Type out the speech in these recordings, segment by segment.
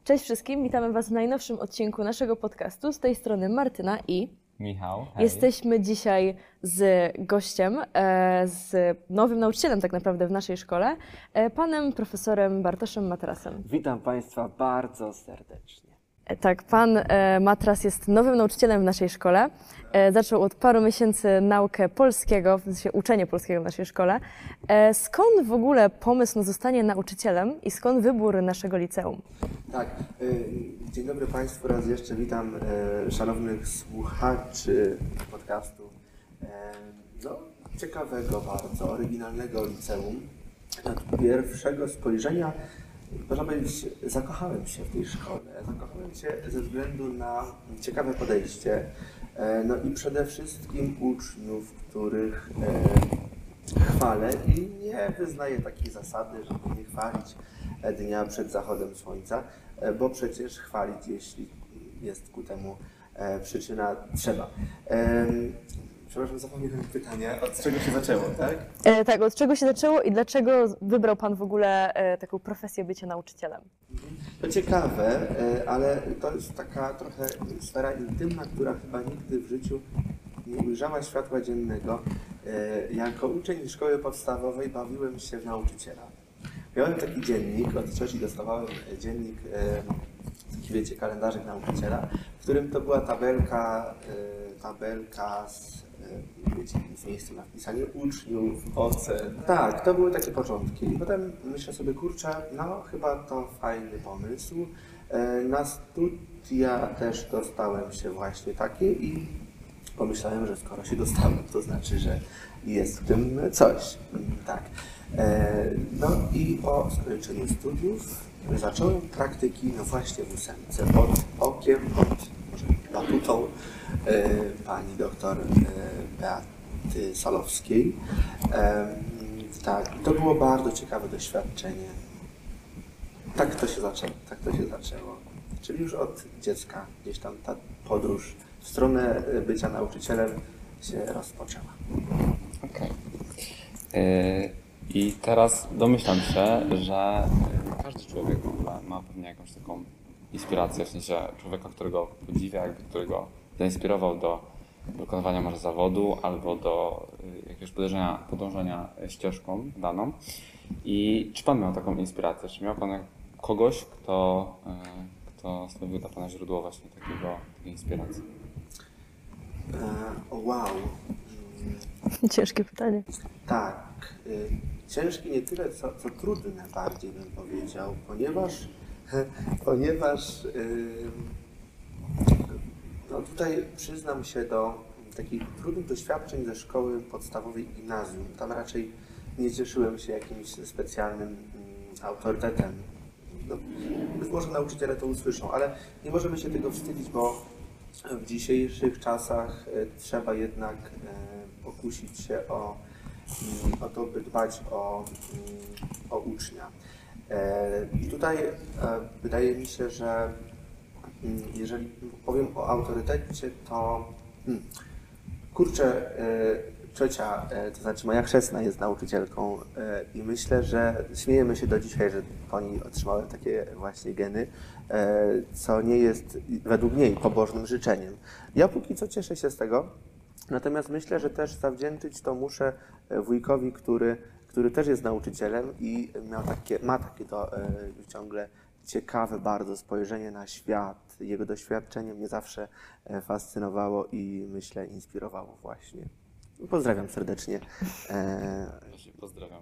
Cześć wszystkim, witamy Was w najnowszym odcinku naszego podcastu. Z tej strony Martyna i Michał. Hej. Jesteśmy dzisiaj z gościem, z nowym nauczycielem tak naprawdę w naszej szkole, panem profesorem Bartoszem Matrasem. Witam Państwa bardzo serdecznie. Tak, pan Matras jest nowym nauczycielem w naszej szkole. Zaczął od paru miesięcy naukę polskiego, w sensie uczenie polskiego w naszej szkole. Skąd w ogóle pomysł na zostanie nauczycielem i skąd wybór naszego liceum? Tak, dzień dobry Państwu, raz jeszcze witam szanownych słuchaczy podcastu. Ciekawego bardzo, oryginalnego liceum. Od pierwszego spojrzenia, można powiedzieć, zakochałem się w tej szkole. Zakochałem się ze względu na ciekawe podejście. No i przede wszystkim uczniów, których chwalę i nie wyznaję takiej zasady, żeby nie chwalić dnia przed zachodem słońca, bo przecież chwalić, jeśli jest ku temu przyczyna, trzeba. Przepraszam, zapomniałem pytania, od czego się zaczęło, tak? Tak, od czego się zaczęło i dlaczego wybrał pan w ogóle taką profesję bycia nauczycielem? To ciekawe, ale to jest taka trochę sfera intymna, która chyba nigdy w życiu nie ujrzała światła dziennego. Jako uczeń szkoły podstawowej bawiłem się w nauczyciela. Miałem taki dziennik, od cioci dostawałem dziennik, taki wiecie, kalendarzyk nauczyciela, w którym to była tabelka z, wiecie, z miejscem na wpisanie uczniów, ocen. Tak, to były takie początki. I potem myślę sobie, kurczę, no chyba to fajny pomysł. Na studia też dostałem się właśnie takie i pomyślałem, że skoro się dostałem, to znaczy, że jest w tym coś. Tak. No i po skończeniu studiów zacząłem praktyki, no właśnie w ósemce, pod okiem, może batutą pani doktor Beaty Salowskiej. Tak, to było bardzo ciekawe doświadczenie. Tak to się zaczęło. Czyli już od dziecka gdzieś tam ta podróż w stronę bycia nauczycielem się rozpoczęła. Okej. I teraz domyślam się, że każdy człowiek ma pewnie jakąś taką inspirację, w sensie człowieka, którego podziwia, którego zainspirował do wykonywania może zawodu albo do jakiegoś podążania ścieżką daną. I czy pan miał taką inspirację? Czy miał pan kogoś, kto stanowił dla pana źródło właśnie takiej inspiracji? Wow. Ciężkie pytanie. Tak. Ciężkie nie tyle, co trudne bardziej bym powiedział, ponieważ no tutaj przyznam się do takich trudnych doświadczeń ze szkoły podstawowej i gimnazjum. Tam raczej nie cieszyłem się jakimś specjalnym autorytetem. No, być może nauczyciele to usłyszą, ale nie możemy się tego wstydzić, bo w dzisiejszych czasach trzeba jednak pokusić się o to, by dbać o ucznia. I tutaj wydaje mi się, że jeżeli powiem o autorytecie, to kurczę, ciocia, to znaczy moja chrzestna jest nauczycielką i myślę, że śmiejemy się do dzisiaj, że po niej otrzymałem takie właśnie geny, co nie jest według niej pobożnym życzeniem. Ja póki co cieszę się z tego, natomiast myślę, że też zawdzięczyć to muszę wujkowi, który też jest nauczycielem i ma takie to ciągle ciekawe bardzo spojrzenie na świat. Jego doświadczenie mnie zawsze fascynowało i myślę inspirowało właśnie. Pozdrawiam serdecznie. Właśnie pozdrawiamy.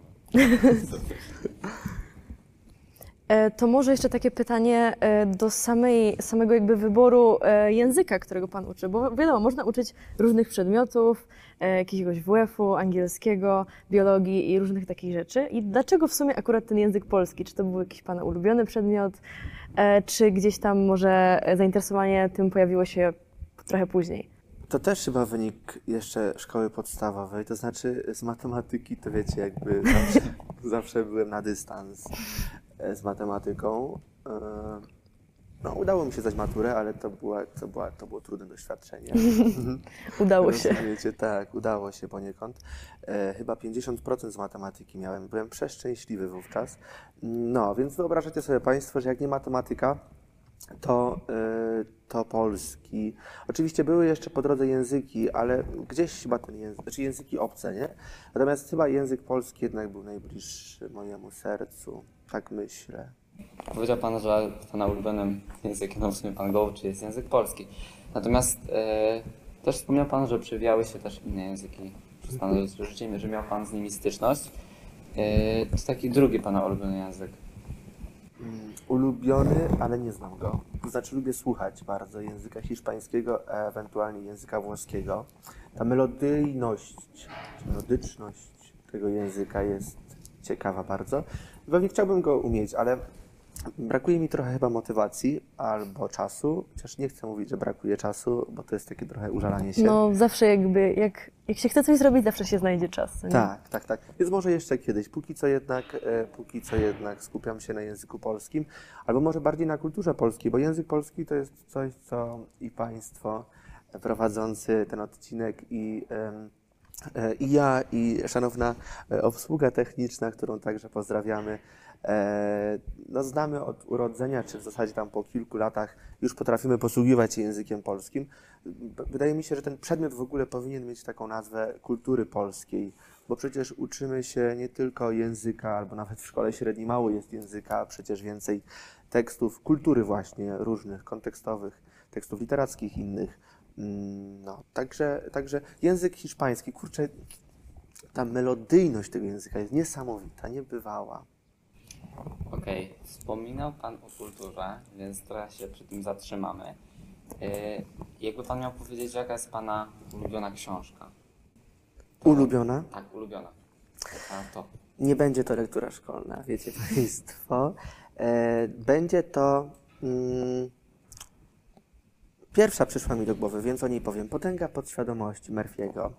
To może jeszcze takie pytanie do samego jakby wyboru języka, którego pan uczy, bo wiadomo, można uczyć różnych przedmiotów, jakiegoś WF-u, angielskiego, biologii i różnych takich rzeczy. I dlaczego w sumie akurat ten język polski? Czy to był jakiś pana ulubiony przedmiot, czy gdzieś tam może zainteresowanie tym pojawiło się trochę później? To też chyba wynik jeszcze szkoły podstawowej, to znaczy z matematyki to wiecie, jakby zawsze byłem na dystans z matematyką. No, udało mi się zdać maturę, ale to było trudne doświadczenie. Udało się. Wiecie, tak, udało się poniekąd. Chyba 50% z matematyki miałem. Byłem przeszczęśliwy wówczas. No, więc wyobrażacie sobie Państwo, że jak nie matematyka, to polski. Oczywiście były jeszcze po drodze języki, ale gdzieś chyba ten język, znaczy języki obce, nie? Natomiast chyba język polski jednak był najbliższy mojemu sercu, tak myślę. Powiedział Pan, że Pana ulubionym językiem, no w sumie Pan go uczy, jest język polski. Natomiast też wspomniał Pan, że przewijały się też inne języki przez Pana życie, że miał Pan z nimi styczność. To taki drugi Pana ulubiony język. Ulubiony, ale nie znam go. To znaczy lubię słuchać bardzo języka hiszpańskiego, a ewentualnie języka włoskiego. Ta melodyjność, czy melodyczność tego języka jest ciekawa bardzo. Pewnie chciałbym go umieć, ale brakuje mi trochę chyba motywacji albo czasu, chociaż nie chcę mówić, że brakuje czasu, bo to jest takie trochę użalanie się. No zawsze jakby, jak się chce coś zrobić, zawsze się znajdzie czas. Nie? Tak. Więc może jeszcze kiedyś. Póki co jednak skupiam się na języku polskim, albo może bardziej na kulturze polskiej, bo język polski to jest coś, co i Państwo prowadzący ten odcinek i ja, i szanowna obsługa techniczna, którą także pozdrawiamy, no znamy od urodzenia, czy w zasadzie tam po kilku latach już potrafimy posługiwać się językiem polskim. Wydaje mi się, że ten przedmiot w ogóle powinien mieć taką nazwę kultury polskiej, bo przecież uczymy się nie tylko języka, albo nawet w szkole średniej mało jest języka, a przecież więcej tekstów kultury właśnie, różnych, kontekstowych, tekstów literackich, innych. No, także język hiszpański, kurczę, ta melodyjność tego języka jest niesamowita, niebywała. Okej, wspominał Pan o kulturze, więc trochę się przy tym zatrzymamy. Jakby Pan miał powiedzieć, jaka jest Pana ulubiona książka? Ulubiona? Tak, ulubiona. A to. Nie będzie to lektura szkolna, wiecie Państwo. Będzie to... Pierwsza przyszła mi do głowy, więc o niej powiem. Potęga podświadomości Murphy'ego.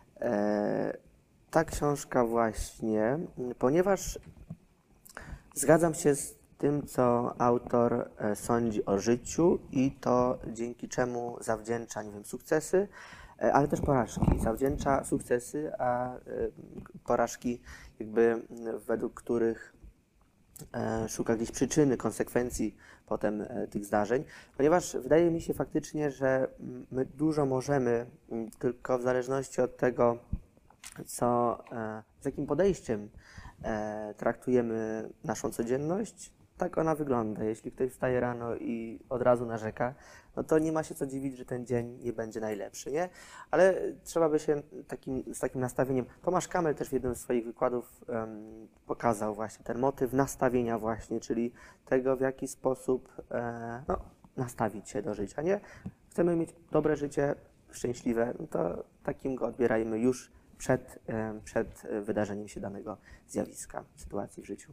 Ta książka właśnie, ponieważ zgadzam się z tym, co autor sądzi o życiu i to dzięki czemu zawdzięcza, nie wiem, sukcesy, ale też porażki. Zawdzięcza sukcesy, a porażki jakby według których szuka gdzieś przyczyny, konsekwencji potem tych zdarzeń, ponieważ wydaje mi się faktycznie, że my dużo możemy, tylko w zależności od tego, z jakim podejściem traktujemy naszą codzienność, tak ona wygląda. Jeśli ktoś wstaje rano i od razu narzeka, no to nie ma się co dziwić, że ten dzień nie będzie najlepszy, nie? Ale trzeba by się z takim nastawieniem... Tomasz Kamel też w jednym z swoich wykładów pokazał właśnie ten motyw nastawienia właśnie, czyli tego, w jaki sposób nastawić się do życia, nie? Chcemy mieć dobre życie, szczęśliwe, no to takim go odbierajmy już przed wydarzeniem się danego zjawiska, sytuacji w życiu.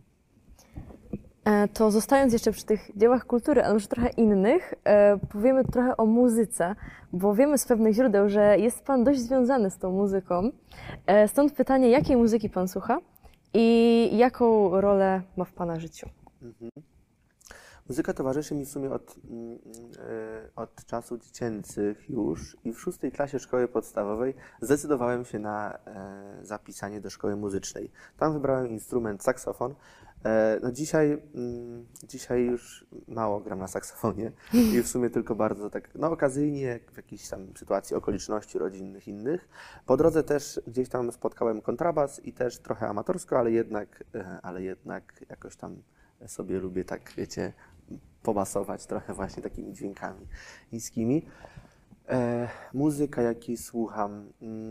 To zostając jeszcze przy tych dziełach kultury, ale może trochę innych, powiemy trochę o muzyce, bo wiemy z pewnych źródeł, że jest Pan dość związany z tą muzyką. Stąd pytanie, jakiej muzyki Pan słucha i jaką rolę ma w Pana życiu? Muzyka towarzyszy mi w sumie od czasów dziecięcych już i w 6. klasie szkoły podstawowej zdecydowałem się na zapisanie do szkoły muzycznej. Tam wybrałem instrument saksofon. No dzisiaj już mało gram na saksofonie i w sumie tylko bardzo tak, no okazyjnie w jakiejś tam sytuacji okoliczności rodzinnych innych. Po drodze też gdzieś tam spotkałem kontrabas i też trochę amatorsko, ale jednak jakoś tam sobie lubię tak, wiecie, pobasować trochę właśnie takimi dźwiękami niskimi. Muzyka, jakiej słucham.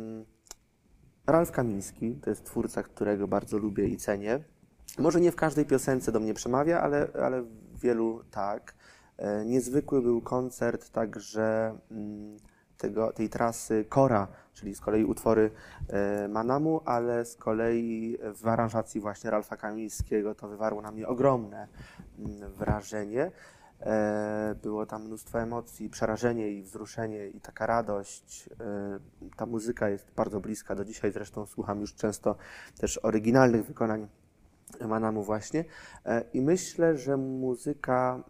Ralf Kamiński, to jest twórca, którego bardzo lubię i cenię. Może nie w każdej piosence do mnie przemawia, ale w wielu tak. Niezwykły był koncert także tej trasy Kora, czyli z kolei utwory Manamu, ale z kolei w aranżacji właśnie Ralfa Kamińskiego to wywarło na mnie ogromne wrażenie. Było tam mnóstwo emocji, przerażenie i wzruszenie i taka radość. Ta muzyka jest bardzo bliska do dzisiaj, zresztą słucham już często też oryginalnych wykonań Manamu właśnie. I myślę, że muzyka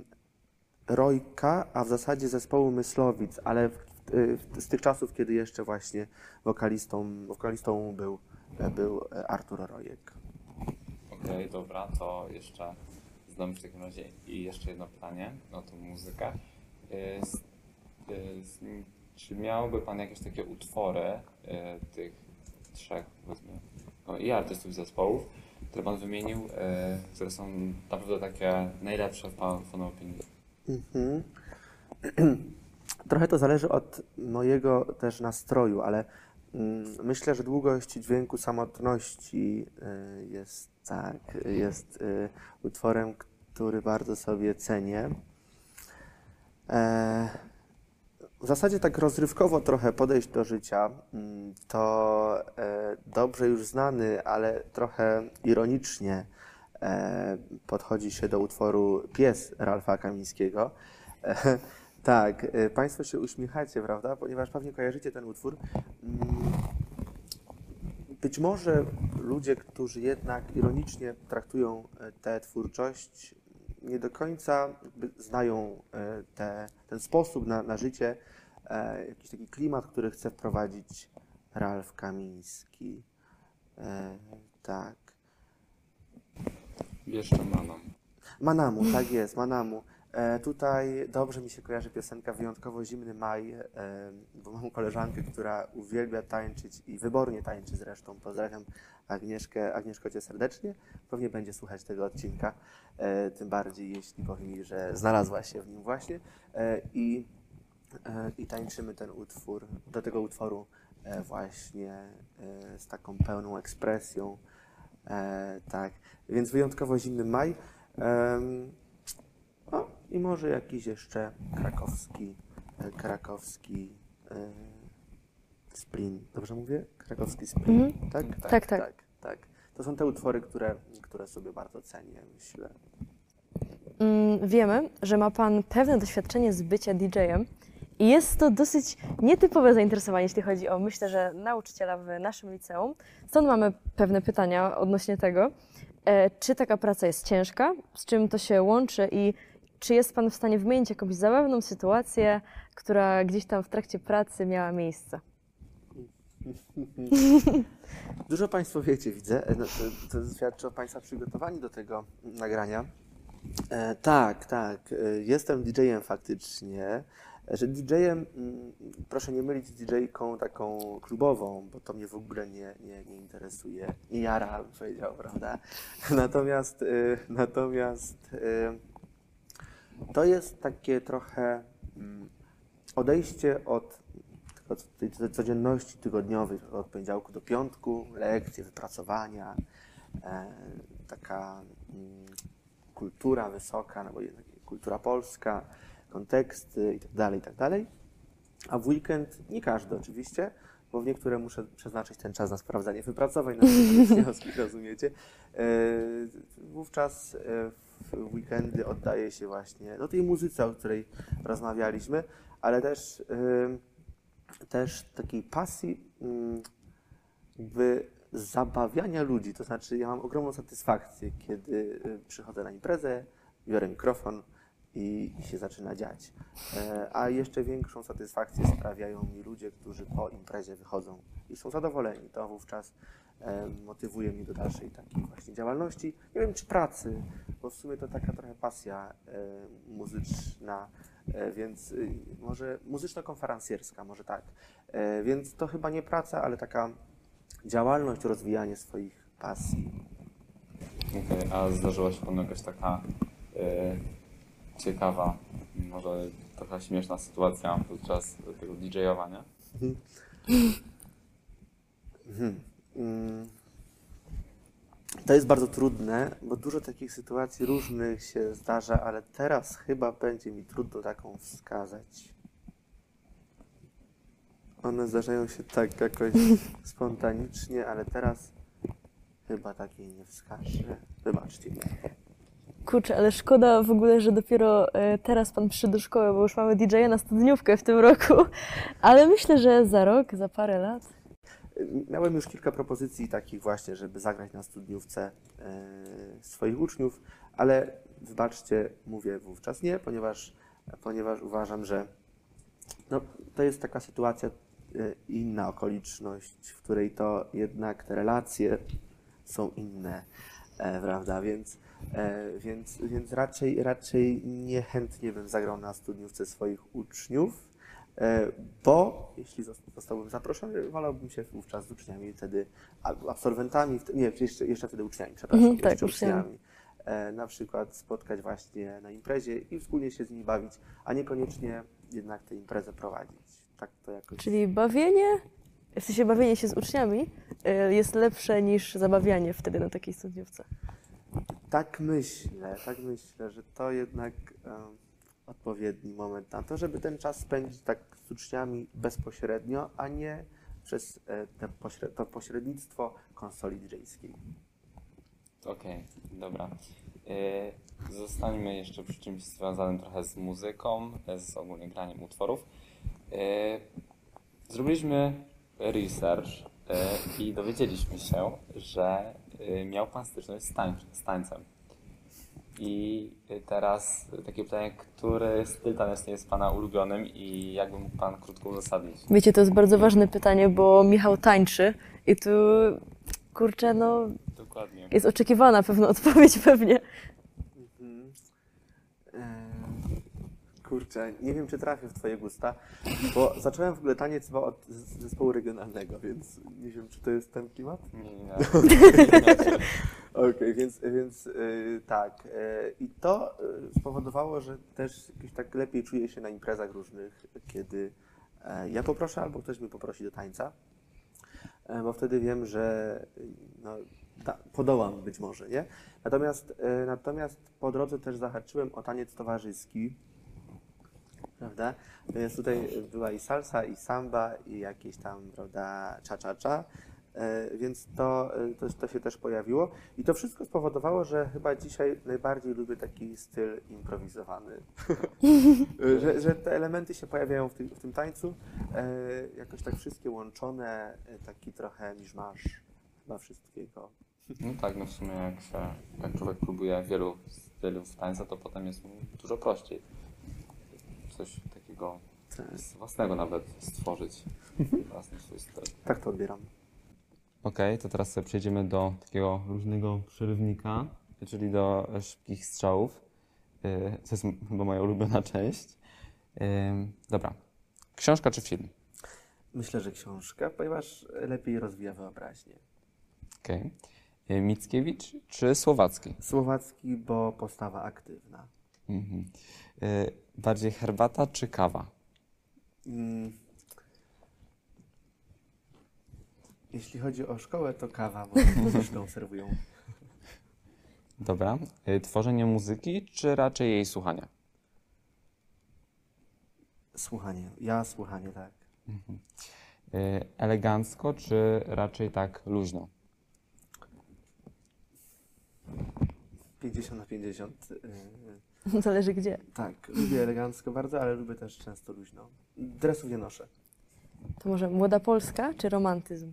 Rojka, a w zasadzie zespołu Myslowic, ale z tych czasów, kiedy jeszcze właśnie wokalistą był Artur Rojek. Okej, dobra, to jeszcze zadamy w takim razie i jeszcze jedno pytanie o tą muzykę. S- Czy miałby Pan jakieś takie utwory tych trzech, powiedzmy, no, i artystów, i zespołów, które Pan wymienił, które są naprawdę takie najlepsze w Pana opinii? Mhm. Trochę to zależy od mojego też nastroju, ale myślę, że długość dźwięku samotności jest utworem, który bardzo sobie cenię. W zasadzie tak rozrywkowo trochę podejść do życia, to dobrze już znany, ale trochę ironicznie podchodzi się do utworu Pies Ralfa Kamińskiego. Tak, Państwo się uśmiechacie, prawda? Ponieważ pewnie kojarzycie ten utwór. Być może ludzie, którzy jednak ironicznie traktują tę twórczość, nie do końca znają ten sposób na życie, jakiś taki klimat, który chce wprowadzić Ralf Kamiński. Tak. Jeszcze Manam. Manamu, tak jest, Manamu. Tutaj dobrze mi się kojarzy piosenka Wyjątkowo zimny maj, bo mam koleżankę, która uwielbia tańczyć i wybornie tańczy zresztą. Pozdrawiam Agnieszkę. Agnieszko, Cię serdecznie. Pewnie będzie słuchać tego odcinka, tym bardziej jeśli powie mi, że znalazła się w nim właśnie. I tańczymy ten utwór, do tego utworu właśnie z taką pełną ekspresją. Tak, więc Wyjątkowo zimny maj. O, i może jakiś jeszcze krakowski Splin. Dobrze mówię? Krakowski Splin, tak? Tak. To są te utwory, które sobie bardzo cenię, myślę. Wiemy, że ma Pan pewne doświadczenie z bycia DJ-em i jest to dosyć nietypowe zainteresowanie, jeśli chodzi o, myślę, że nauczyciela w naszym liceum. Stąd mamy pewne pytania odnośnie tego, czy taka praca jest ciężka, z czym to się łączy i czy jest Pan w stanie wymienić jakąś zabawną sytuację, która gdzieś tam w trakcie pracy miała miejsce? Dużo Państwo wiecie, widzę. No, to świadczy o Państwa przygotowaniu do tego nagrania. Tak. Jestem DJ-em faktycznie. Że DJ-em, proszę nie mylić z DJ-ką taką klubową, bo to mnie w ogóle nie interesuje. Nie jara, bym powiedział, prawda? Natomiast to jest takie trochę odejście od tej codzienności tygodniowej, od poniedziałku do piątku, lekcje, wypracowania, taka kultura wysoka, no bo jednak kultura polska, konteksty i tak dalej. A w weekend nie każdy oczywiście, bo w niektóre muszę przeznaczyć ten czas na sprawdzanie wypracowań, na wnioski, rozumiecie? Wówczas w weekendy oddaje się właśnie tej muzyce, o której rozmawialiśmy, ale też takiej pasji zabawiania ludzi. To znaczy ja mam ogromną satysfakcję, kiedy przychodzę na imprezę, biorę mikrofon i się zaczyna dziać. A jeszcze większą satysfakcję sprawiają mi ludzie, którzy po imprezie wychodzą i są zadowoleni. To wówczas motywuje mnie do dalszej takiej właśnie działalności. Nie wiem, czy pracy, bo w sumie to taka trochę pasja muzyczna, więc może muzyczno-konferencjerska, może tak. Więc to chyba nie praca, ale taka działalność, rozwijanie swoich pasji. Okej, a zdarzyła się Panu jakaś taka ciekawa, może trochę śmieszna sytuacja podczas tego DJ-owania? To jest bardzo trudne, bo dużo takich sytuacji różnych się zdarza, ale teraz chyba będzie mi trudno taką wskazać. One zdarzają się tak jakoś spontanicznie, ale teraz chyba takiej nie wskażę. Wybaczcie mi. Kurczę, ale szkoda w ogóle, że dopiero teraz Pan przyszedł do szkoły, bo już mamy DJ-a na studniówkę w tym roku, ale myślę, że za rok, za parę lat. Miałem już kilka propozycji takich właśnie, żeby zagrać na studniówce swoich uczniów, ale wybaczcie, mówię wówczas nie, ponieważ uważam, że to jest taka sytuacja, inna okoliczność, w której to jednak te relacje są inne, prawda, więc Więc raczej niechętnie bym zagrał na studniówce swoich uczniów, bo jeśli zostałbym zaproszony, wolałbym się wówczas z uczniami wtedy, albo absolwentami, nie, jeszcze wtedy uczniami, przepraszam, Tak, jeszcze uczniami. uczniami. Na przykład spotkać właśnie na imprezie i wspólnie się z nimi bawić, a niekoniecznie jednak tę imprezę prowadzić. Tak to jakoś... Czyli bawienie, w sensie bawienie się z uczniami jest lepsze niż zabawianie wtedy na takiej studniówce. Tak myślę, że to jednak odpowiedni moment na to, żeby ten czas spędzić tak z uczniami bezpośrednio, a nie przez to pośrednictwo konsoli DJ-skiej. Okej, dobra. Zostańmy jeszcze przy czymś związanym trochę z muzyką, z ogólnie graniem utworów. Zrobiliśmy research i dowiedzieliśmy się, że miał Pan styczność z tańcem. I teraz takie pytanie, który styl taneczny jest Pana ulubionym i jakby mógł Pan krótko uzasadnić? Wiecie, to jest bardzo ważne pytanie, bo Michał tańczy i tu, kurczę, no, Dokładnie. jest oczekiwana pewna odpowiedź pewnie. Kurczę, nie wiem, czy trafię w Twoje gusta, bo zacząłem w ogóle taniec chyba od zespołu regionalnego, więc nie wiem, czy to jest ten klimat? Nie. Okej, więc tak. I to spowodowało, że też jakoś tak lepiej czuję się na imprezach różnych, kiedy ja poproszę albo ktoś mnie poprosi do tańca, bo wtedy wiem, że no, podołam być może, nie? Natomiast po drodze też zahaczyłem o taniec towarzyski, prawda? Więc tutaj była i salsa, i samba, i jakieś tam, prawda, cha-cha-cha. Więc to się też pojawiło. I to wszystko spowodowało, że chyba dzisiaj najbardziej lubię taki styl improwizowany. że te elementy się pojawiają w tym tańcu, jakoś tak wszystkie łączone, taki trochę miszmasz chyba wszystkiego. No tak, no w sumie jak człowiek próbuje wielu stylów tańca, to potem jest mu dużo prościej coś takiego własnego nawet stworzyć, własny swój styl. Tak to odbieram. Okej, to teraz sobie przejdziemy do takiego luźnego przerywnika, czyli do szybkich strzałów. To jest chyba moja ulubiona część. Dobra, książka czy film? Myślę, że książka, ponieważ lepiej rozwija wyobraźnię. Okej. Mickiewicz czy Słowacki? Słowacki, bo postawa aktywna. Mhm. Bardziej herbata czy kawa? Jeśli chodzi o szkołę, to kawa, bo zresztą serwują. Dobra. Tworzenie muzyki czy raczej jej słuchanie? Słuchanie, tak. Mhm. Elegancko czy raczej tak luźno? 50/50. Zależy gdzie. Tak, lubię elegancko bardzo, ale lubię też często luźno. Dresów nie noszę. To może Młoda Polska czy romantyzm?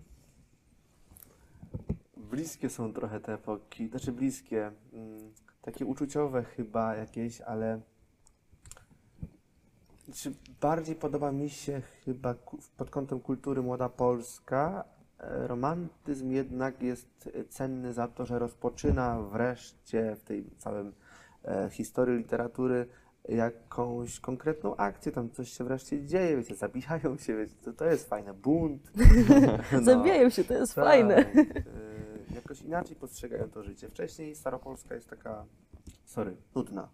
Bliskie są trochę te epoki, znaczy bliskie, takie uczuciowe chyba jakieś, ale bardziej podoba mi się chyba pod kątem kultury Młoda Polska. Romantyzm jednak jest cenny za to, że rozpoczyna wreszcie w tej całym historii literatury jakąś konkretną akcję, tam coś się wreszcie dzieje, wiecie, zabijają się, wiecie, to jest fajne, bunt. No. Zabijają się, to jest Tak, fajne. jakoś inaczej postrzegają to życie. Wcześniej Staropolska jest taka, nudna.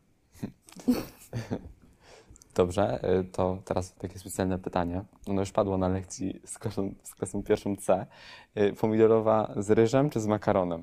Dobrze, to teraz takie specjalne pytanie. Ono już padło na lekcji z klasą pierwszą C. Pomidorowa z ryżem czy z makaronem?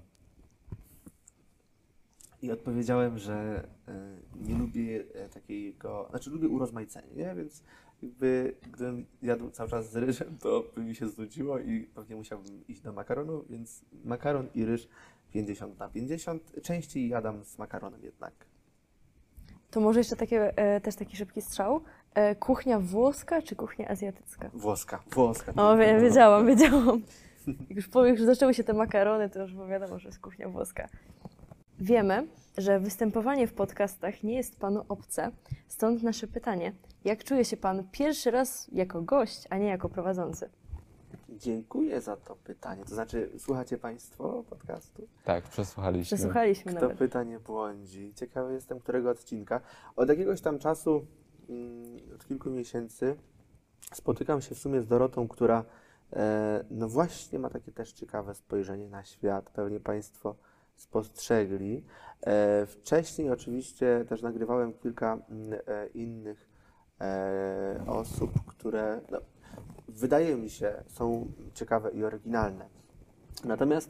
I odpowiedziałem, że nie lubię takiego, znaczy lubię urozmaicenie, nie? Więc jakby gdybym jadł cały czas z ryżem, to by mi się znudziło i pewnie musiałbym iść do makaronu, więc makaron i ryż 50/50. Częściej jadam z makaronem jednak. To może jeszcze też taki szybki strzał. Kuchnia włoska czy kuchnia azjatycka? Włoska. O, wiedziałam. Jak już zaczęły się te makarony, to już było wiadomo, że jest kuchnia włoska. Wiemy, że występowanie w podcastach nie jest Panu obce, stąd nasze pytanie. Jak czuje się Pan pierwszy raz jako gość, a nie jako prowadzący? Dziękuję za to pytanie. To znaczy, słuchacie Państwo podcastu? Tak, przesłuchaliśmy. Przesłuchaliśmy Kto nawet. pyta, nie błądzi. Ciekawy jestem, którego odcinka. Od jakiegoś tam czasu, od kilku miesięcy, spotykam się w sumie z Dorotą, która no właśnie ma takie też ciekawe spojrzenie na świat. Pewnie Państwo spostrzegli. Wcześniej oczywiście też nagrywałem kilka innych osób, które no, wydaje mi się są ciekawe i oryginalne. Natomiast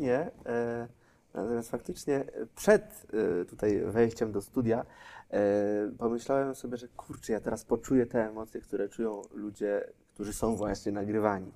faktycznie przed tutaj wejściem do studia pomyślałem sobie, że kurczę, ja teraz poczuję te emocje, które czują ludzie, którzy są właśnie nagrywani.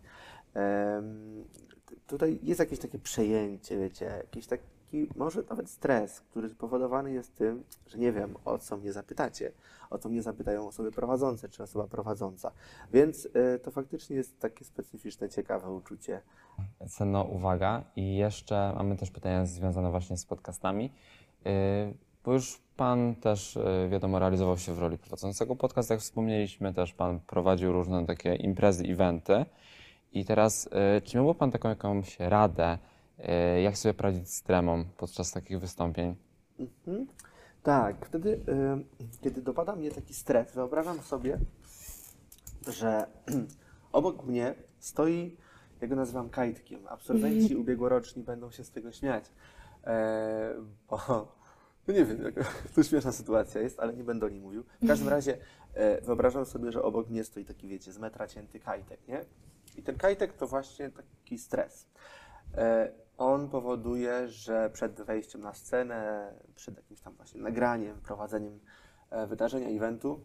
Tutaj jest jakieś takie przejęcie, wiecie, jakiś taki może nawet stres, który spowodowany jest tym, że nie wiem, o co mnie zapytacie. O to mnie zapytają osoby prowadzące, czy osoba prowadząca. Więc to faktycznie jest takie specyficzne, ciekawe uczucie. Cenna uwaga. I jeszcze mamy też pytania związane właśnie z podcastami, bo już Pan też, wiadomo, realizował się w roli prowadzącego podcast. Jak wspomnieliśmy, też Pan prowadził różne takie imprezy, eventy. I teraz, czy miałby Pan taką jakąś radę, jak sobie poradzić z tremą podczas takich wystąpień? Tak, wtedy, kiedy dopada mnie taki stres, wyobrażam sobie, że obok mnie stoi, ja go nazywam kajtkiem. Absolwenci ubiegłoroczni będą się z tego śmiać, bo no nie wiem, to śmieszna sytuacja jest, ale nie będę o niej mówił. W każdym razie wyobrażam sobie, że obok mnie stoi taki, wiecie, z metra cięty kajtek, nie? I ten kajtek to właśnie taki stres. On powoduje, że przed wejściem na scenę, przed jakimś tam właśnie nagraniem, prowadzeniem wydarzenia, eventu,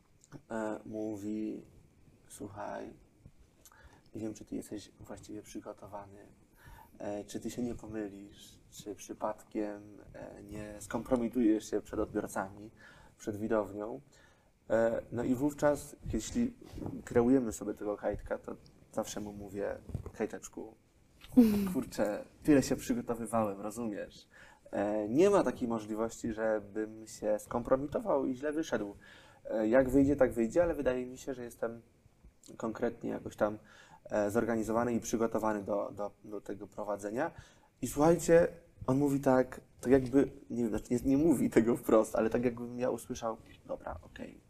mówi: słuchaj, nie wiem, czy ty jesteś właściwie przygotowany, czy ty się nie pomylisz, czy przypadkiem nie skompromitujesz się przed odbiorcami, przed widownią. No i wówczas, jeśli kreujemy sobie tego kajtka, to zawsze mu mówię: kajteczku, kurczę, tyle się przygotowywałem, rozumiesz? Nie ma takiej możliwości, żebym się skompromitował i źle wyszedł. Jak wyjdzie, tak wyjdzie, ale wydaje mi się, że jestem konkretnie jakoś tam zorganizowany i przygotowany do tego prowadzenia. I słuchajcie, on mówi tak, to jakby, nie wiem, znaczy nie mówi tego wprost, ale tak jakbym ja usłyszał: dobra, okej,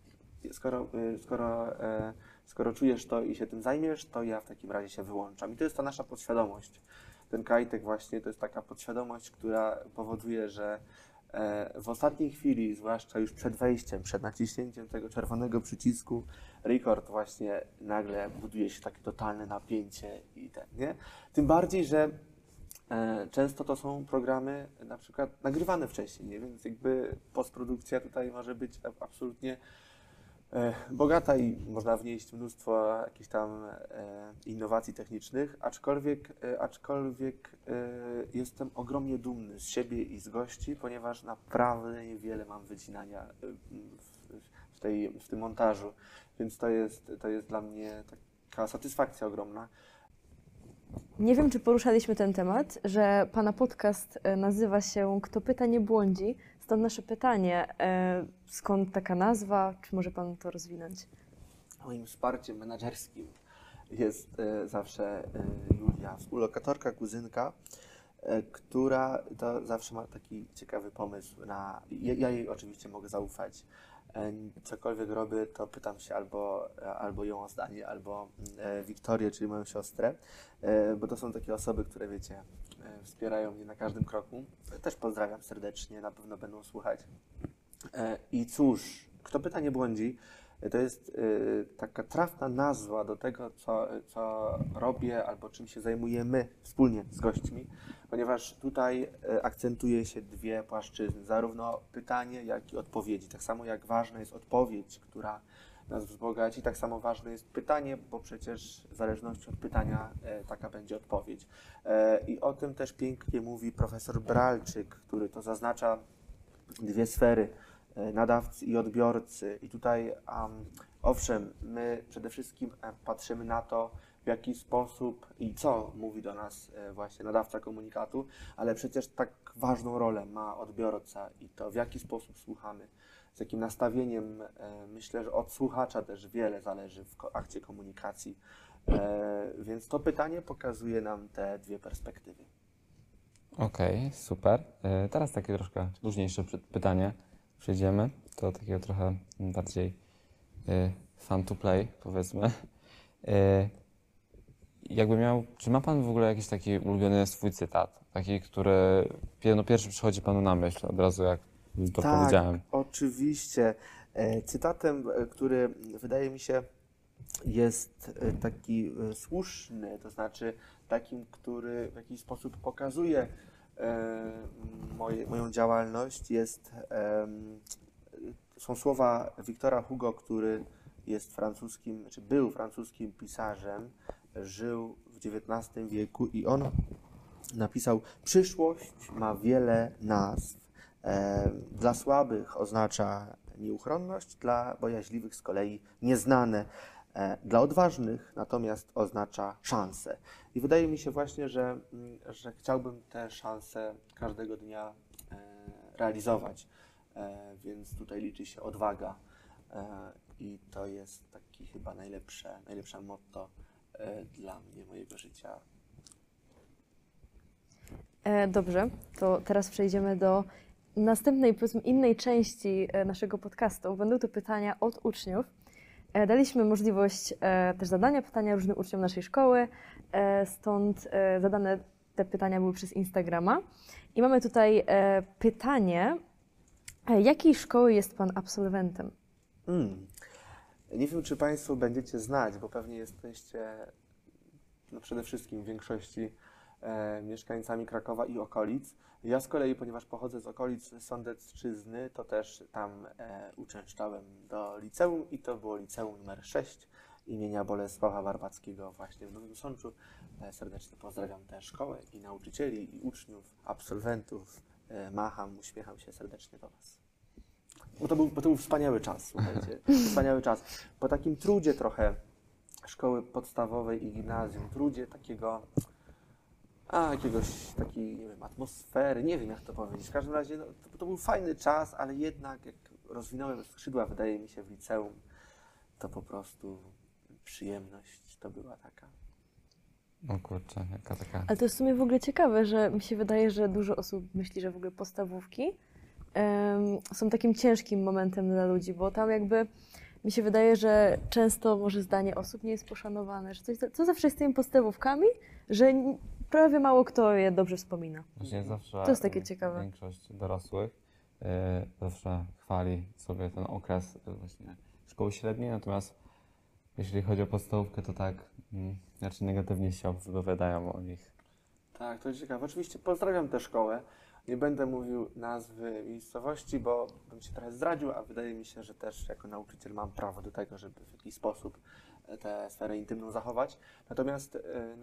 skoro czujesz to i się tym zajmiesz, to ja w takim razie się wyłączam. I to jest ta nasza podświadomość. Ten kajtek właśnie to jest taka podświadomość, która powoduje, że w ostatniej chwili, zwłaszcza już przed wejściem, przed naciśnięciem tego czerwonego przycisku record, właśnie nagle buduje się takie totalne napięcie i nie? Tym bardziej, że często to są programy na przykład nagrywane wcześniej, nie? Więc jakby postprodukcja tutaj może być absolutnie bogata i można wnieść mnóstwo jakichś tam innowacji technicznych, aczkolwiek jestem ogromnie dumny z siebie i z gości, ponieważ naprawdę niewiele mam wycinania w tym montażu, więc to jest dla mnie taka satysfakcja ogromna. Nie wiem, czy poruszaliśmy ten temat, że Pana podcast nazywa się Kto pyta, nie błądzi. Stąd nasze pytanie, skąd taka nazwa? Czy może Pan to rozwinąć? Moim wsparciem menedżerskim jest zawsze Julia, współlokatorka, kuzynka, która to zawsze ma taki ciekawy pomysł na... Ja jej oczywiście mogę zaufać. Cokolwiek robię, to pytam się albo ją o zdanie, albo Wiktorię, czyli moją siostrę, bo to są takie osoby, które, wiecie, wspierają mnie na każdym kroku. Też pozdrawiam serdecznie, na pewno będą słuchać. I cóż, Kto pyta, nie błądzi. To jest taka trafna nazwa do tego, co robię albo czym się zajmujemy wspólnie z gośćmi, ponieważ tutaj akcentuje się dwie płaszczyzny, zarówno pytanie, jak i odpowiedzi. Tak samo jak ważna jest odpowiedź, która nas wzbogaci, tak samo ważne jest pytanie, bo przecież w zależności od pytania taka będzie odpowiedź. I o tym też pięknie mówi profesor Bralczyk, który to zaznacza dwie sfery: nadawcy i odbiorcy. I tutaj owszem, my przede wszystkim patrzymy na to, w jaki sposób i co mówi do nas właśnie nadawca komunikatu, ale przecież tak ważną rolę ma odbiorca i to, w jaki sposób słuchamy, z jakim nastawieniem. Myślę, że od słuchacza też wiele zależy w akcie komunikacji. Więc to pytanie pokazuje nam te dwie perspektywy. Okej, super. Teraz takie troszkę luźniejsze pytanie. Przejdziemy do takiego trochę bardziej fun to play, powiedzmy. Czy ma Pan w ogóle jakiś taki ulubiony swój cytat? Taki, który pierwszy przychodzi Panu na myśl od razu, jak to powiedziałem. Oczywiście. Cytatem, który wydaje mi się jest taki słuszny, to znaczy takim, który w jakiś sposób pokazuje moją działalność, są słowa Wiktora Hugo, który jest francuskim, czy był francuskim pisarzem, żył w XIX wieku i on napisał: przyszłość ma wiele nazw. Dla słabych oznacza nieuchronność, dla bojaźliwych z kolei nieznane. Dla odważnych natomiast oznacza szansę. I wydaje mi się właśnie, że chciałbym te szanse każdego dnia realizować. Więc tutaj liczy się odwaga. I to jest taki chyba najlepsze motto dla mnie, mojego życia. Dobrze, to teraz przejdziemy do następnej, powiedzmy, innej części naszego podcastu. Będą to pytania od uczniów. Daliśmy możliwość też zadania pytania różnym uczniom naszej szkoły, stąd zadane te pytania były przez Instagrama. I mamy tutaj pytanie: jakiej szkoły jest Pan absolwentem? Nie wiem, czy Państwo będziecie znać, bo pewnie jesteście przede wszystkim w większości mieszkańcami Krakowa i okolic. Ja z kolei, ponieważ pochodzę z okolic Sądecczyzny, to też tam uczęszczałem do liceum i to było liceum numer 6 imienia Bolesława Warbackiego właśnie w Nowym Sączu. Serdecznie pozdrawiam tę szkołę i nauczycieli, i uczniów, absolwentów. Macham, uśmiecham się serdecznie do Was. Bo to był wspaniały czas, słuchajcie. Wspaniały czas. Po takim trudzie trochę szkoły podstawowej i gimnazjum, trudzie jakiegoś takiej, nie wiem, atmosfery, nie wiem jak to powiedzieć. W każdym razie to był fajny czas, ale jednak jak rozwinąłem skrzydła, wydaje mi się, w liceum, to po prostu przyjemność to była taka. O kurczę, jaka taka... Ale to jest w sumie w ogóle ciekawe, że mi się wydaje, że dużo osób myśli, że w ogóle podstawówki są takim ciężkim momentem dla ludzi, bo tam jakby mi się wydaje, że często może zdanie osób nie jest poszanowane, że co zawsze jest z tymi podstawówkami, że prawie mało kto je dobrze wspomina. Właśnie zawsze To jest takie ciekawe. Większość dorosłych zawsze chwali sobie ten okres właśnie szkoły średniej, natomiast jeśli chodzi o podstawówkę, to tak raczej negatywnie się wypowiadają o nich. Tak, to jest ciekawe. Oczywiście pozdrawiam tę szkołę. Nie będę mówił nazwy miejscowości, bo bym się trochę zdradził, a wydaje mi się, że też jako nauczyciel mam prawo do tego, żeby w jakiś sposób tę sferę intymną zachować. Natomiast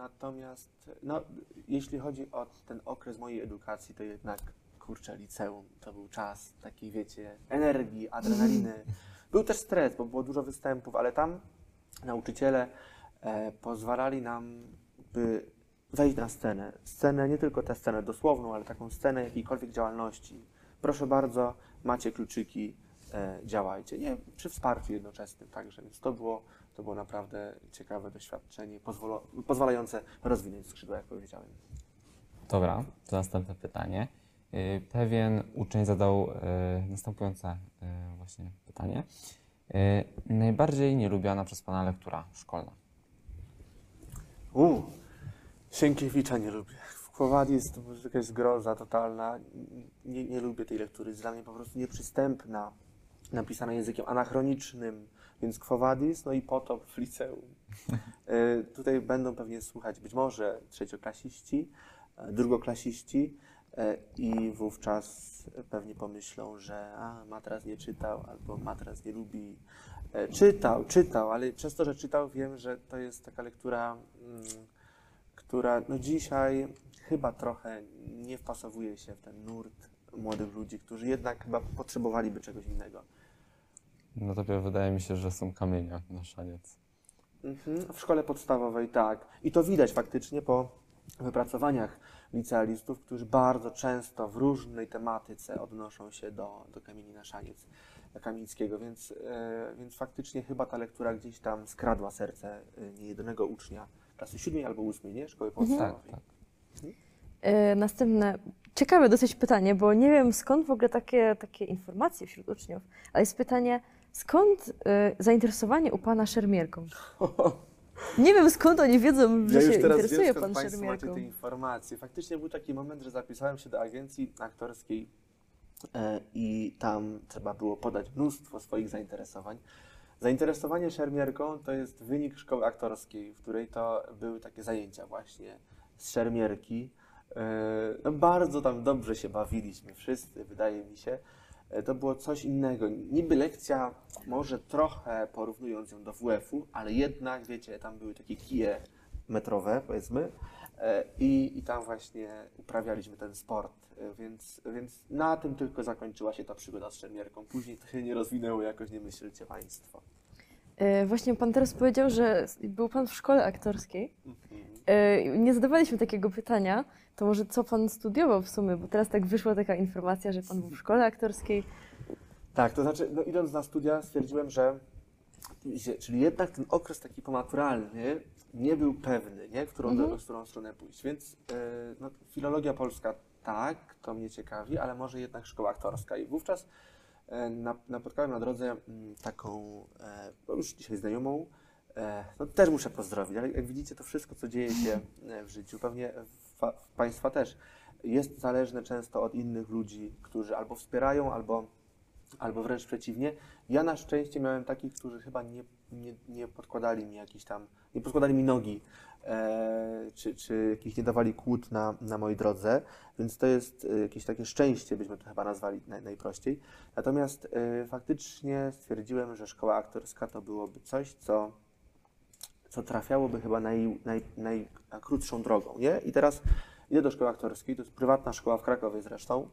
jeśli chodzi o ten okres mojej edukacji, to jednak, kurczę, liceum to był czas takiej, wiecie, energii, adrenaliny. Był też stres, bo było dużo występów, ale tam nauczyciele pozwalali nam, by wejść na scenę. Scenę, nie tylko tę scenę dosłowną, ale taką scenę jakiejkolwiek działalności. Proszę bardzo, macie kluczyki, działajcie. Nie, przy wsparciu jednoczesnym także, więc to było naprawdę ciekawe doświadczenie, pozwalające rozwinąć skrzydła, jak powiedziałem. Dobra, to następne pytanie. Pewien uczeń zadał następujące właśnie pytanie. Najbardziej nielubiana przez Pana lektura szkolna? Sienkiewicza nie lubię. W Quo Vadis to jakaś zgroza totalna. Nie lubię tej lektury. Jest dla mnie po prostu nieprzystępna. Napisana językiem anachronicznym, więc Quo Vadis, no i Potop w liceum. Tutaj będą pewnie słuchać być może trzecioklasiści, drugoklasiści i wówczas pewnie pomyślą, że Matras nie czytał albo Matras nie lubi. Czytał, ale przez to, że czytał, wiem, że to jest taka lektura, która dzisiaj chyba trochę nie wpasowuje się w ten nurt młodych ludzi, którzy jednak chyba potrzebowaliby czegoś innego. No to wydaje mi się, że są kamienia na szaniec. W szkole podstawowej tak. I to widać faktycznie po wypracowaniach licealistów, którzy bardzo często w różnej tematyce odnoszą się do kamieni na szaniec. Kamińskiego, więc faktycznie chyba ta lektura gdzieś tam skradła serce niejednego ucznia klasy 7 albo 8, nie? Szkoły podstawowej. Tak. Następne, ciekawe dosyć pytanie, bo nie wiem skąd w ogóle takie informacje wśród uczniów, ale jest pytanie, skąd zainteresowanie u Pana szermierką? Nie wiem skąd oni wiedzą, że Ja się już teraz interesuje wiem, Pan skąd Państwo macie szermierką. te informacje. Faktycznie był taki moment, że zapisałem się do agencji aktorskiej i tam trzeba było podać mnóstwo swoich zainteresowań. Zainteresowanie szermierką to jest wynik szkoły aktorskiej, w której to były takie zajęcia właśnie z szermierki. No bardzo tam dobrze się bawiliśmy wszyscy, wydaje mi się. To było coś innego. Niby lekcja, może trochę porównując ją do WF-u, ale jednak, wiecie, tam były takie kije metrowe, powiedzmy, i tam właśnie uprawialiśmy ten sport, więc na tym tylko zakończyła się ta przygoda z szermierką. Później to się nie rozwinęło jakoś, nie myślcie Państwo. Właśnie Pan teraz powiedział, że był Pan w szkole aktorskiej. Nie zadawaliśmy takiego pytania, to może co Pan studiował w sumie, bo teraz tak wyszła taka informacja, że Pan był w szkole aktorskiej. Tak, to znaczy, no idąc na studia stwierdziłem, że czyli jednak ten okres taki pomaturalny nie był pewny, nie? W którą stronę pójść, więc no, filologia polska tak, to mnie ciekawi, ale może jednak szkoła aktorska i wówczas napotkałem na drodze taką, już dzisiaj znajomą, no też muszę pozdrowić, ale jak widzicie to wszystko, co dzieje się w życiu, pewnie Państwa też, jest zależne często od innych ludzi, którzy albo wspierają, albo wręcz przeciwnie. Ja na szczęście miałem takich, którzy chyba nie podkładali mi nie podkładali mi nogi, czy jakichś nie dawali kłód na mojej drodze, więc to jest jakieś takie szczęście, byśmy to chyba nazwali najprościej. Natomiast faktycznie stwierdziłem, że szkoła aktorska to byłoby coś, co trafiałoby chyba najkrótszą drogą, nie? I teraz idę do szkoły aktorskiej, to jest prywatna szkoła w Krakowie zresztą.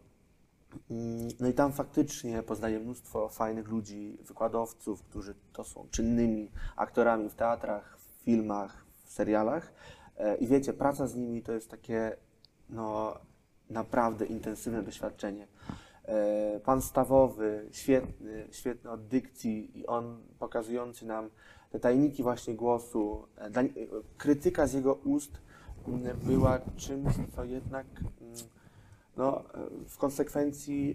No i tam faktycznie poznaję mnóstwo fajnych ludzi, wykładowców, którzy to są czynnymi aktorami w teatrach, w filmach, w serialach. I wiecie, praca z nimi to jest takie no, naprawdę intensywne doświadczenie. Pan stawowy, świetny od dykcji i on pokazujący nam te tajniki właśnie głosu, krytyka z jego ust była czymś, co jednak no, w konsekwencji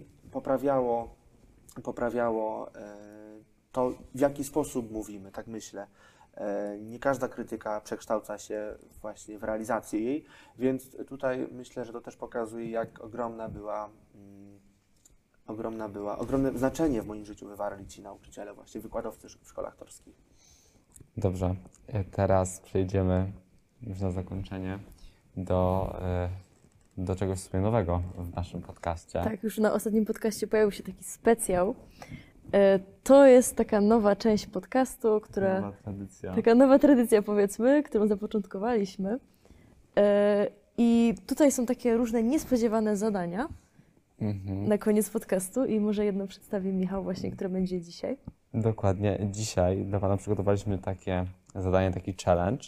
poprawiało to, w jaki sposób mówimy, tak myślę. Nie każda krytyka przekształca się właśnie w realizację jej, więc tutaj myślę, że to też pokazuje, jak ogromne znaczenie w moim życiu wywarli ci nauczyciele, właśnie wykładowcy w szkole aktorskiej. Dobrze, teraz przejdziemy już na zakończenie do czegoś zupełnie nowego w naszym podcaście. Tak, już na ostatnim podcaście pojawił się taki specjał. To jest taka nowa część podcastu, Nowa tradycja. taka nowa tradycja powiedzmy, którą zapoczątkowaliśmy. I tutaj są takie różne niespodziewane zadania na koniec podcastu i może jedno przedstawi Michał właśnie, które będzie dzisiaj. Dokładnie. Dzisiaj dla Pana przygotowaliśmy takie zadanie, taki challenge,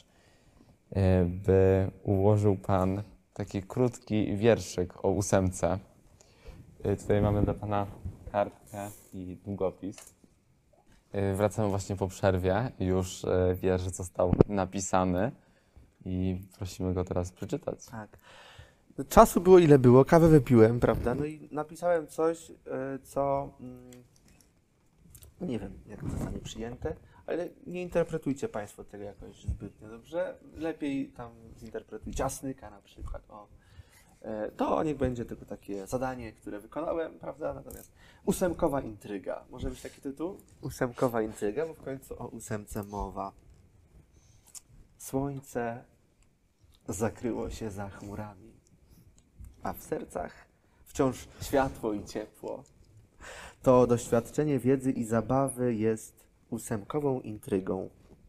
by ułożył Pan taki krótki wierszyk o 8. Tutaj mamy dla Pana kartkę i długopis. Wracamy właśnie po przerwie. Już wiersz został napisany i prosimy go teraz przeczytać. Tak. Czasu było ile było, kawę wypiłem, prawda? No i napisałem coś, co nie wiem, jak to zostanie przyjęte, ale nie interpretujcie Państwo tego jakoś zbytnio dobrze. Lepiej tam zinterpretujcie Asnyka na przykład. To niech będzie tylko takie zadanie, które wykonałem, prawda? Natomiast 8. intryga. Może być taki tytuł? 8. intryga, bo w końcu o 8 mowa. Słońce zakryło się za chmurami, a w sercach wciąż światło i ciepło. To doświadczenie wiedzy i zabawy jest 8. intrygą.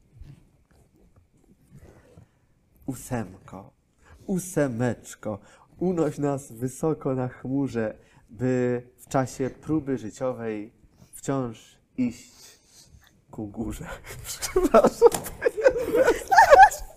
8. 8. Unoś nas wysoko na chmurze, by w czasie próby życiowej wciąż iść ku górze. Przepraszam.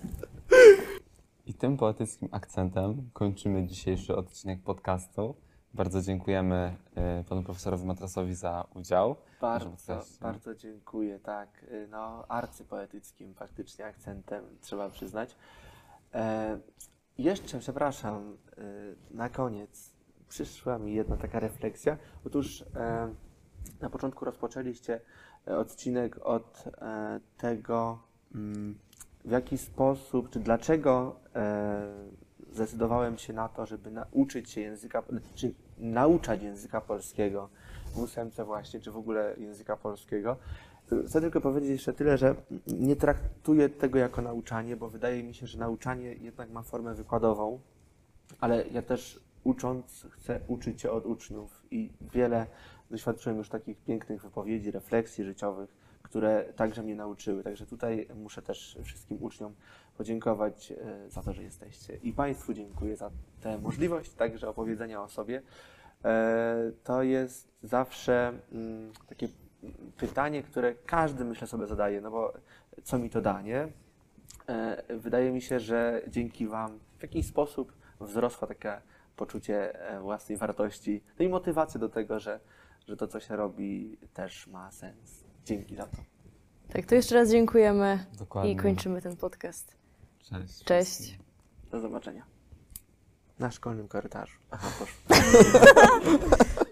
I tym poetyckim akcentem kończymy dzisiejszy odcinek podcastu. Bardzo dziękujemy panu profesorowi Matrasowi za udział. Bardzo dziękuję, tak. No, arcypoetyckim faktycznie akcentem, trzeba przyznać. Jeszcze, przepraszam, na koniec przyszła mi jedna taka refleksja. Otóż na początku rozpoczęliście odcinek od tego, w jaki sposób, czy dlaczego zdecydowałem się na to, żeby nauczyć się języka, czy nauczać języka polskiego w ósemce właśnie, czy w ogóle języka polskiego. Chcę tylko powiedzieć jeszcze tyle, że nie traktuję tego jako nauczanie, bo wydaje mi się, że nauczanie jednak ma formę wykładową, ale ja też ucząc chcę uczyć się od uczniów i wiele doświadczyłem już takich pięknych wypowiedzi, refleksji życiowych, które także mnie nauczyły. Także tutaj muszę też wszystkim uczniom podziękować za to, że jesteście. I Państwu dziękuję za tę możliwość także opowiedzenia o sobie. To jest zawsze takie pytanie, które każdy, myślę, sobie zadaje, no bo co mi to da, nie? Wydaje mi się, że dzięki Wam w jakiś sposób wzrosło takie poczucie własnej wartości, no i motywacja do tego, że to, co się robi, też ma sens. Dzięki za to. Tak, to jeszcze raz dziękujemy Dokładnie. i kończymy ten podcast. Cześć. Cześć. Do zobaczenia. Na szkolnym korytarzu. Aha, poszło.